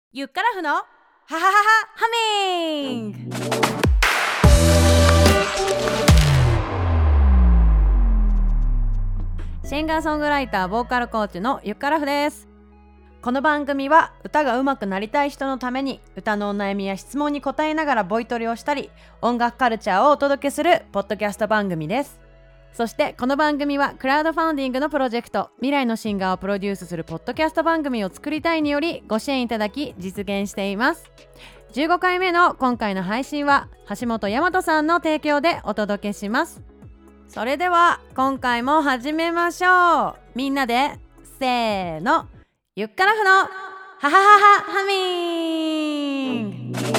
ゆっからふのハハハハハミング。シンガーソングライターボーカルコーチのゆっからふです。この番組は歌が上手くなりたい人のために歌のお悩みや質問に答えながらボイトレをしたり音楽カルチャーをお届けするポッドキャスト番組です。そしてこの番組はクラウドファンディングのプロジェクト未来のシンガーをプロデュースするポッドキャスト番組を作りたいによりご支援いただき実現しています。15回目の今回の配信は橋本大和さんの提供でお届けします。それでは今回も始めましょう。みんなでせーの、ゆっからふのハハハハハミング。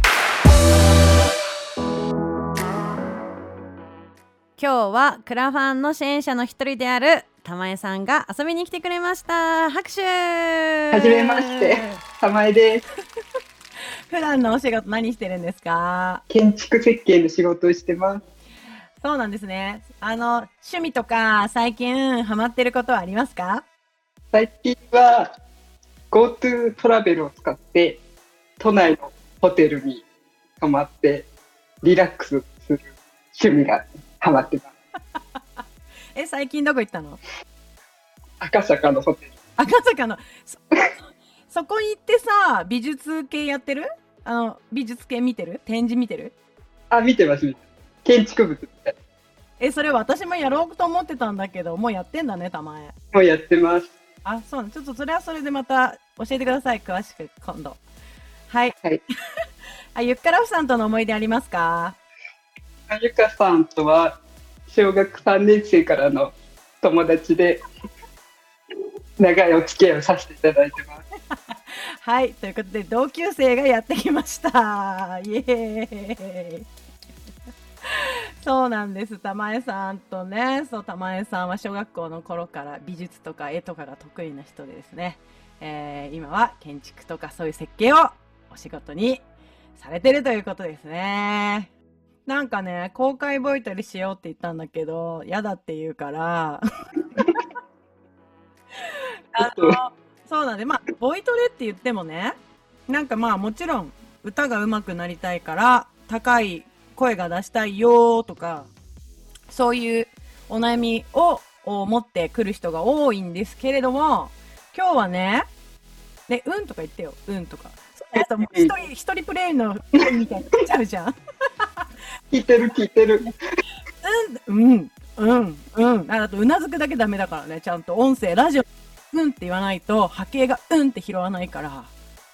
今日はクラファンの支援者の一人である玉江さんが遊びに来てくれました。拍手。 はじめまして、玉江です。 普段のお仕事何してるんですか？ 建築設計の仕事をしてます。 そうなんですね。趣味とか最近ハマってることはありますか？ 最近は GoTo トラベルを使って都内のホテルに泊まってリラックスする趣味がハマってます。 最近どこ行ったの？ 赤坂のホテル。 赤坂のそこ行ってさ、美術系やってる？美術系見てる？展示見てる？ 見てます。建築物みたい。 それ私もやろうと思ってたんだけど、もうやってんだね、玉江。 もうやってます。 そうね。ちょっとそれはそれでまた教えてください、詳しく今度。はい。ゆっからふさんとの思い出ありますか？ ゆかさんとは小学3年生からの友達で長いお付き合いをさせていただいてます。 はい、ということで同級生がやってきました。イエーイ。そうなんです。玉江さんとね、玉江さんは小学校の頃から美術とか絵とかが得意な人でですね、今は建築とかそういう設計をお仕事にされてるということですね。なんかね、公開ボイトレしようって言ったんだけど、嫌だって言うから、そうなんで、ボイトレって言ってもね、なんかもちろん歌が上手くなりたいから、高い声が出したいよとか、そういうお悩みを持ってくる人が多いんですけれども、今日はね、うんとか言ってよ、うんとか。そうやともう一人プレイのみたいになっちゃうじゃん。 聞いてる。 あとうなずくだけダメだからね、ちゃんと音声、ラジオ、うんって言わないと波形がうんって拾わないから。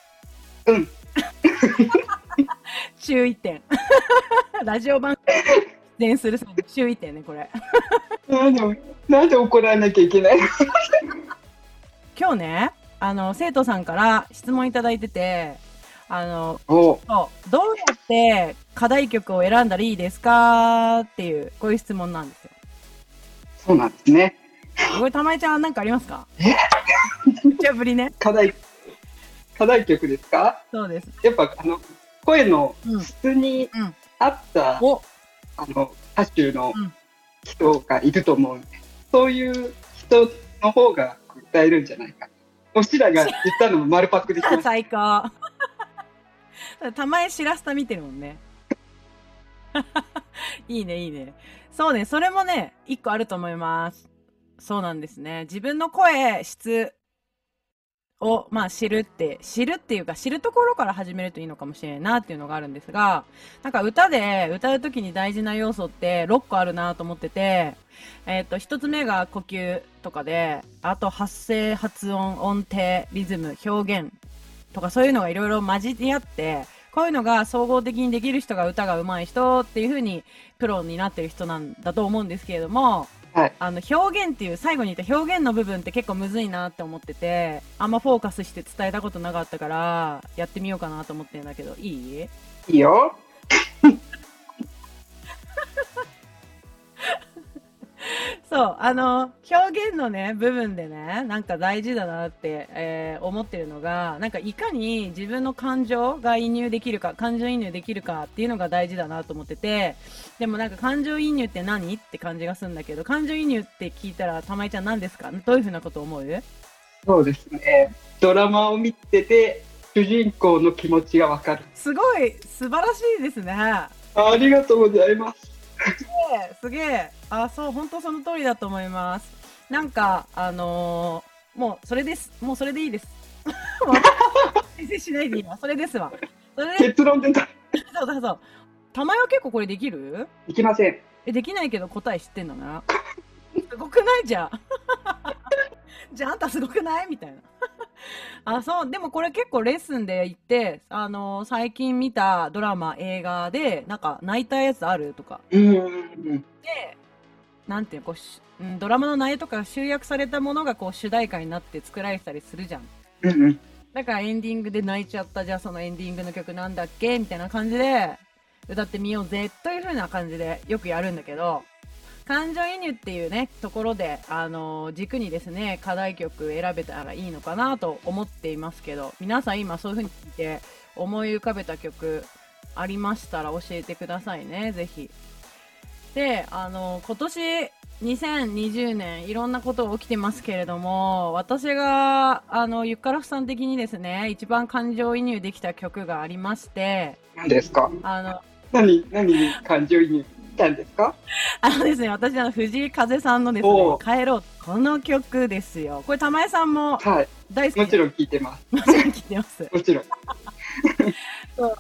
注意点。ラジオ番組出演する際の注意点ね、これ。 なんで怒らなきゃいけないの？ 今日ね、生徒さんから質問いただいてて、どうやって課題曲を選んだらいいですかっていう、こういう質問なんですよ。 そうなんですね。 これ、玉江ちゃん何かありますか？無茶ぶりね。 課題曲ですか？ そうです。 やっぱ声の質に合った、歌手の人がいると思うんで、そういう人の方が歌えるんじゃないか。おしらが言ったのも丸パクできました。 最高。玉江しらすた見てるもんね。いいね。そうね、それもね、一個あると思います。そうなんですね。自分の声質を、知るっていうか、知るところから始めるといいのかもしれないなっていうのがあるんですが、なんか歌で歌うときに大事な要素って6個あるなと思ってて、一つ目が呼吸とかで、あと発声、発音、音程、リズム、表現とかそういうのがいろいろ混じり合って、こういうのが総合的にできる人が歌が上手い人っていう風にプロになってる人なんだと思うんですけれども、 はい、 表現っていう最後に言った表現の部分って結構むずいなって思ってて、あんまフォーカスして伝えたことなかったからやってみようかなと思ってるんだけど、いいよ。 そう表現のね部分でね、なんか大事だなって、思ってるのが、なんかいかに自分の感情が移入できるか、感情移入できるかっていうのが大事だなと思ってて、でもなんか感情移入って何って感じがするんだけど、感情移入って聞いたら玉井ちゃん何ですか？どういうふうなこと思う？ そうですね、ドラマを見てて主人公の気持ちがわかる。 すごい素晴らしいですね。 ありがとうございます。 すげえ。そう、本当その通りだと思います。なんかもうそれです。もうそれでいいです。先生しないでいいわ。それですわ。それで結論出た。 そうそうそう。玉井は結構これできる？ できません。 できないけど答え知ってんのな。すごくないじゃん。じゃああんたすごくないみたいな。そう。でもこれ結構レッスンで言って、最近見たドラマ、映画で、なんか泣いたやつあるとか。で、なんていうの、ドラマの内容とか集約されたものがこう主題歌になって作られてたりするじゃん。だからエンディングで泣いちゃった。じゃあそのエンディングの曲なんだっけみたいな感じで歌ってみようぜという風な感じでよくやるんだけど、感情移入っていうねところで軸にですね課題曲選べたらいいのかなと思っていますけど、皆さん今そういう風に聞いて思い浮かべた曲ありましたら教えてくださいね、ぜひ。で今年2020年いろんなことが起きてますけれども、私がゆっからふさん的にですね一番感情移入できた曲がありまして。 何ですか？何に感情移入したんですか？ ですね、私藤井風さんのですね帰ろう、この曲ですよ。これ玉江さんも大好き？ もちろん聴いてます。 もちろん聴いてます。 もちろん。 そう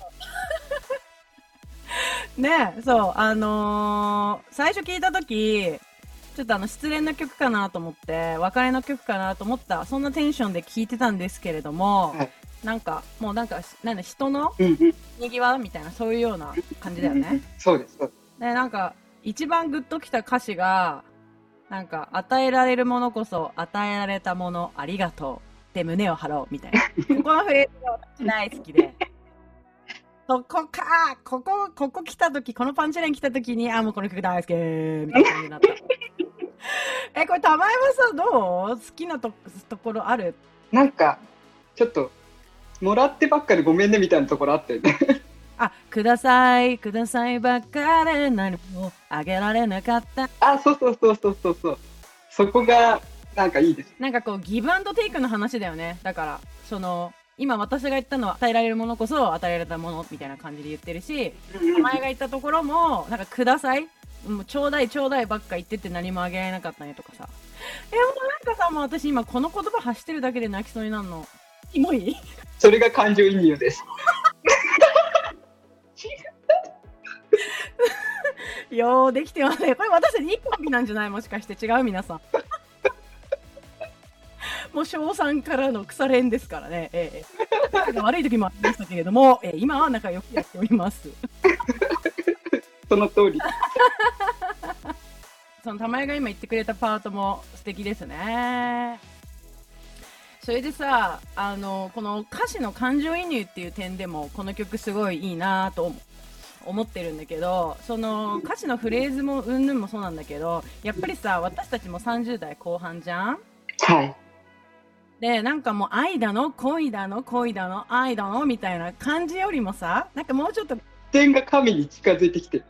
ね、そう最初聞いた時ちょっと失恋の曲かなと思って、別れの曲かなと思った、そんなテンションで聴いてたんですけれども、なんかもうなんだ人のにぎわみたいな、そういうような感じだよね。 そうです。 でなんか一番グッときた歌詞がなんか与えられるものこそ与えられたものありがとうって胸を張ろうみたいなここのフレーズが私大好きでここ来た時、このパンチライン来た時にもうこの曲大好きみたいな感じになったこれ玉井はさどう？好きなところある？ なんかちょっともらってばっかりごめんねみたいなところあったよね。 くださいばっかり何もあげられなかった。 そうそこがなんかいいです。 なんかこうギブアンドテイクの話だよね。だから今私が言ったのは与えられるものこそ与えられたものみたいな感じで言ってるし、前が言ったところもなんかください、もうちょうだいばっか言ってて何もあげられなかったねとかさ。もうなんかさ、もう私今この言葉発してるだけで泣きそうになるの。キモい？ それが感情移入です。 よーできてますね。これ私たちいいコンビなんじゃない？もしかして違う？皆さん。もう小3からの腐れ縁ですからね。悪い時もありましたけれども、今は仲良くやっております。 その通り。 その玉井が今言ってくれたパートも素敵ですね。それでさ、この歌詞の感情移入っていう点でもこの曲すごいいいなと思ってるんだけど、その歌詞のフレーズもうんぬんもそうなんだけど、やっぱりさ私たちも30代後半じゃん。でなんかもう愛だの恋だの愛だのみたいな感じよりもさ、なんかもうちょっと点が神に近づいてきてる。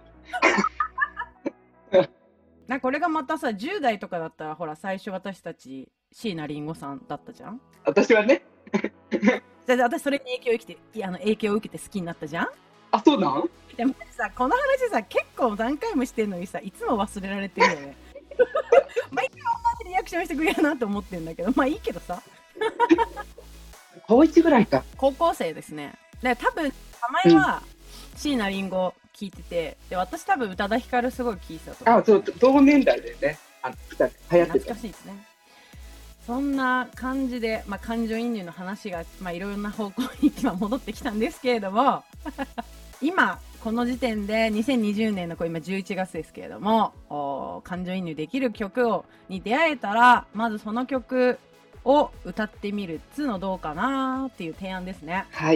なんかこれがまたさ10代とかだったらほら最初私たち椎名林檎さんだったじゃん。 私はね。 私それに影響を受けて好きになったじゃん。 そうなん？ でもさこの話さ結構何回もしてるのにさいつも忘れられてるよね。毎回同じリアクションしてくれるなと思ってるんだけど、まあいいけどさ。 高1ぐらいか。 高校生ですね。で多分名前は椎名林檎聞いてて、で私多分宇多田ヒカルすごい聞いてたと思う。 そう同年代だよね。2人流行ってた。 懐かしいですね。そんな感じで、感情移入の話がいろいろな方向に今戻ってきたんですけれども今この時点で2020年の今11月ですけれども、感情移入できる曲に出会えたらまずその曲を歌ってみるっつうのどうかなっていう提案ですね。 はい。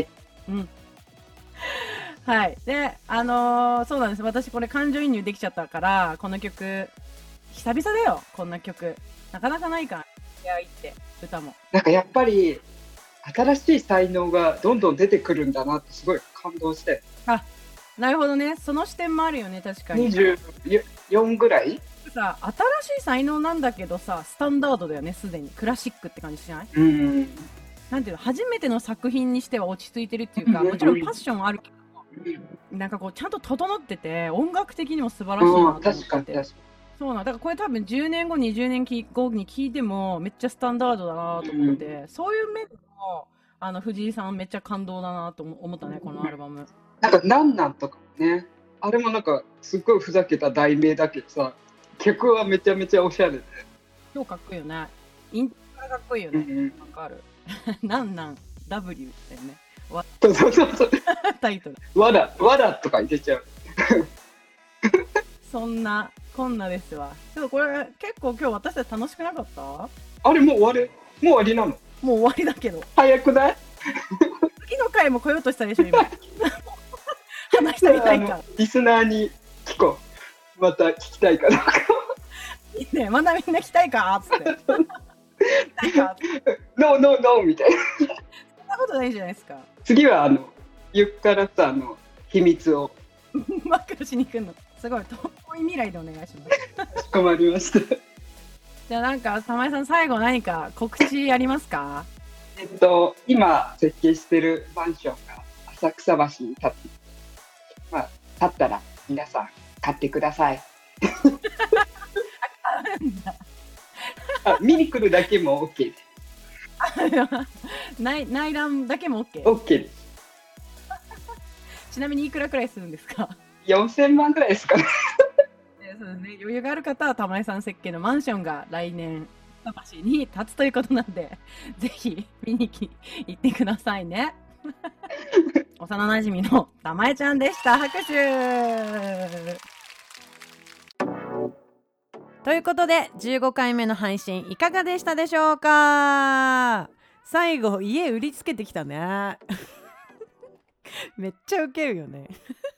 はい。で、そうなんです。私これ感情移入できちゃったからこの曲久々だよ。こんな曲なかなかないから。出会いって歌もなんかやっぱり新しい才能がどんどん出てくるんだなってすごい感動して。 なるほどね。その視点もあるよね。確かに 24ぐらいさ、新しい才能なんだけどさスタンダードだよね。すでにクラシックって感じしない？ なんていうの、初めての作品にしては落ち着いてるっていうか、もちろんパッションあるけど、なんかこうちゃんと整ってて音楽的にも素晴らしいなと思ってて。 確かにそうなんだからこれ多分10年後20年後に聴いてもめっちゃスタンダードだなと思って、そういう面でも藤井さんめっちゃ感動だなと思ったね、このアルバム。 なんかなんなんとかね、あれもなんかすっごいふざけた題名だけどさ、曲はめちゃめちゃおしゃれで超かっこいいよね。イントロがかっこいいよね。わかる。なんなん W だよね。 そうタイトル。 わらとか入れちゃう。 そんなこんなですわ。ちょっとこれ結構今日私たち楽しくなかった？ あれもう終わりなの？ もう終わりだけど。 早くない？ 次の回も来ようとしたでしょ今。話してみたいから。 リスナーに聞こう。また聞きたいかどうか。 いいね。まだみんな聞きたいかっつって。 ノーみたいな。 そんなことないじゃないですか。 次はゆっからさ秘密を暴露しに行くの。すごい遠い未来でお願いします。 かしこまりました。 じゃあなんか玉井さん最後何か告知ありますか？ 今設計してるマンションが浅草橋に建ったら皆さん買ってください。見に来るだけも OK です。 内覧だけも OK？ OK です。 ちなみにいくらくらいするんですか ？4000万くらいですかね。 そうですね、余裕がある方は玉井さん設計のマンションが来年橋に建つということなんで、ぜひ見に行ってくださいね。幼なじみの玉井ちゃんでした。拍手。ということで15回目の配信いかがでしたでしょうか？最後家売りつけてきたね。めっちゃウケるよね。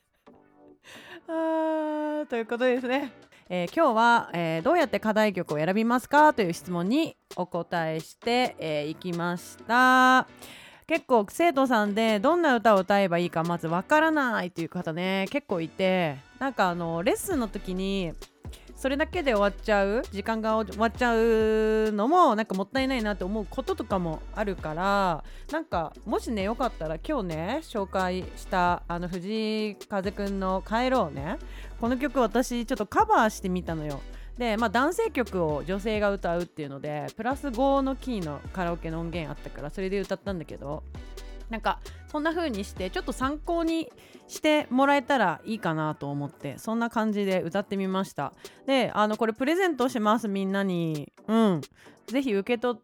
ということですね。今日は、どうやって課題曲を選びますかという質問にお答えしていきました。結構生徒さんでどんな歌を歌えばいいかまずわからないという方ね結構いて、なんかレッスンの時にそれだけで終わっちゃう時間が終わっちゃうのもなんかもったいないなって思うこととかもあるから、なんかもしねよかったら今日ね紹介した藤井風くんの帰ろうね、この曲私ちょっとカバーしてみたのよ。で男性曲を女性が歌うっていうのでプラス5のキーのカラオケの音源あったからそれで歌ったんだけど、なんかそんな風にしてちょっと参考にしてもらえたらいいかなと思ってそんな感じで歌ってみました。でこれプレゼントしますみんなに。ぜひ受け取って、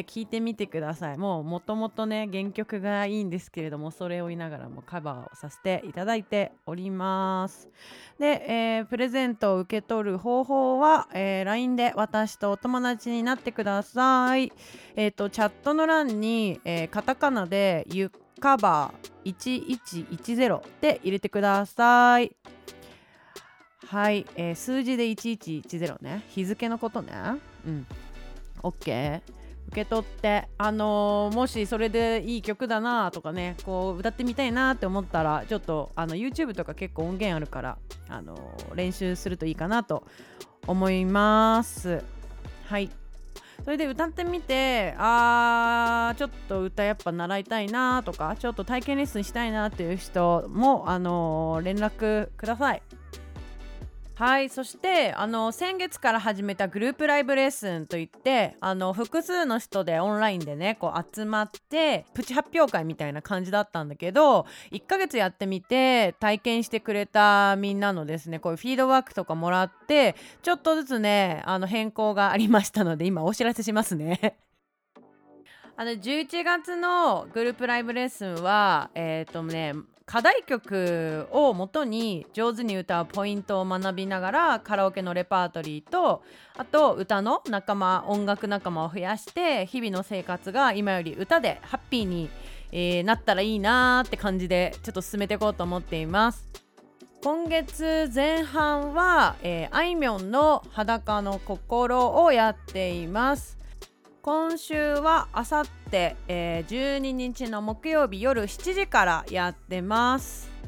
聞いてみてください。もともとね原曲がいいんですけれどもそれを言いながらもカバーをさせていただいております。で、プレゼントを受け取る方法は、LINE で私とお友達になってください。チャットの欄に、カタカナでゆっカバー1110で入れてください。はい、数字で1110ね、日付のことね。OK。受け取って、もしそれでいい曲だなとかねこう歌ってみたいなって思ったらちょっとYouTube とか結構音源あるから練習するといいかなと思います。はい、それで歌ってみてちょっと歌やっぱ習いたいなとかちょっと体験レッスンしたいなっていう人も連絡ください。はい、そして先月から始めたグループライブレッスンといって複数の人でオンラインでねこう集まってプチ発表会みたいな感じだったんだけど、1ヶ月やってみて体験してくれたみんなのですねこういうフィードバックとかもらってちょっとずつね変更がありましたので今お知らせしますね。11月のグループライブレッスンは課題曲を元に上手に歌うポイントを学びながらカラオケのレパートリーとあと歌の仲間音楽仲間を増やして日々の生活が今より歌でハッピーに、なったらいいなって感じでちょっと進めていこうと思っています。今月前半は、あいみょんの裸の心をやっています。今週はあさって、12日の木曜日夜7時からやってます。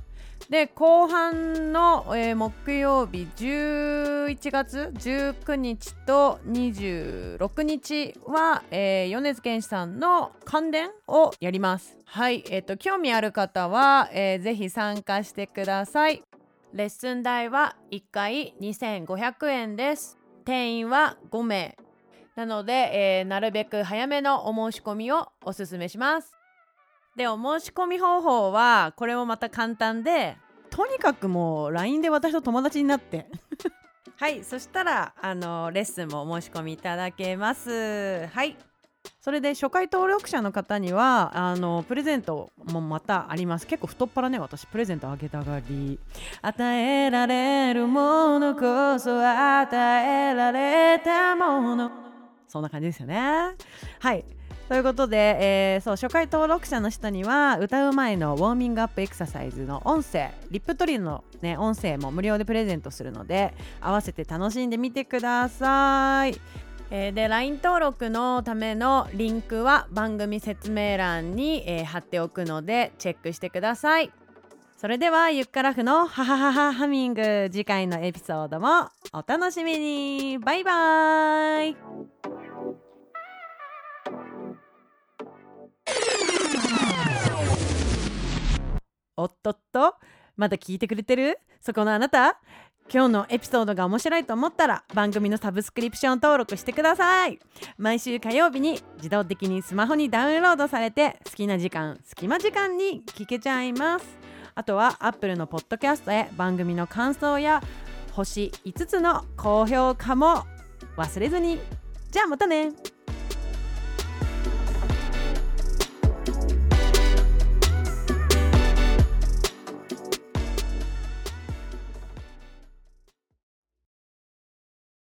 で後半の、木曜日11月19日と26日は、米津玄師さんの関連をやります。はい、興味ある方は、ぜひ参加してください。レッスン代は1回2500円です。定員は5名なので、なるべく早めのお申し込みをおすすめします。でお申し込み方法はこれもまた簡単で、とにかくもう LINE で私と友達になってはい、そしたらレッスンもお申し込みいただけます。はい、それで初回登録者の方にはプレゼントもまたあります。結構太っ腹ね、私プレゼントあげたがり。与えられるものこそ与えられたもの、そんな感じですよね。はい、ということで、初回登録者の人には歌う前のウォーミングアップエクササイズの音声、リップトリルの、ね、音声も無料でプレゼントするので、合わせて楽しんでみてください。で LINE 登録のためのリンクは番組説明欄に、貼っておくのでチェックしてください。それではゆっからふのハハハハハミング、次回のエピソードもお楽しみに。バイバイ。おっとっと、まだ聞いてくれてる？そこのあなた、今日のエピソードが面白いと思ったら番組のサブスクリプション登録してください。毎週火曜日に自動的にスマホにダウンロードされて、好きな時間隙間時間に聞けちゃいます。あとは Apple のポッドキャストへ番組の感想や星5つの高評価も忘れずに。じゃあまたね。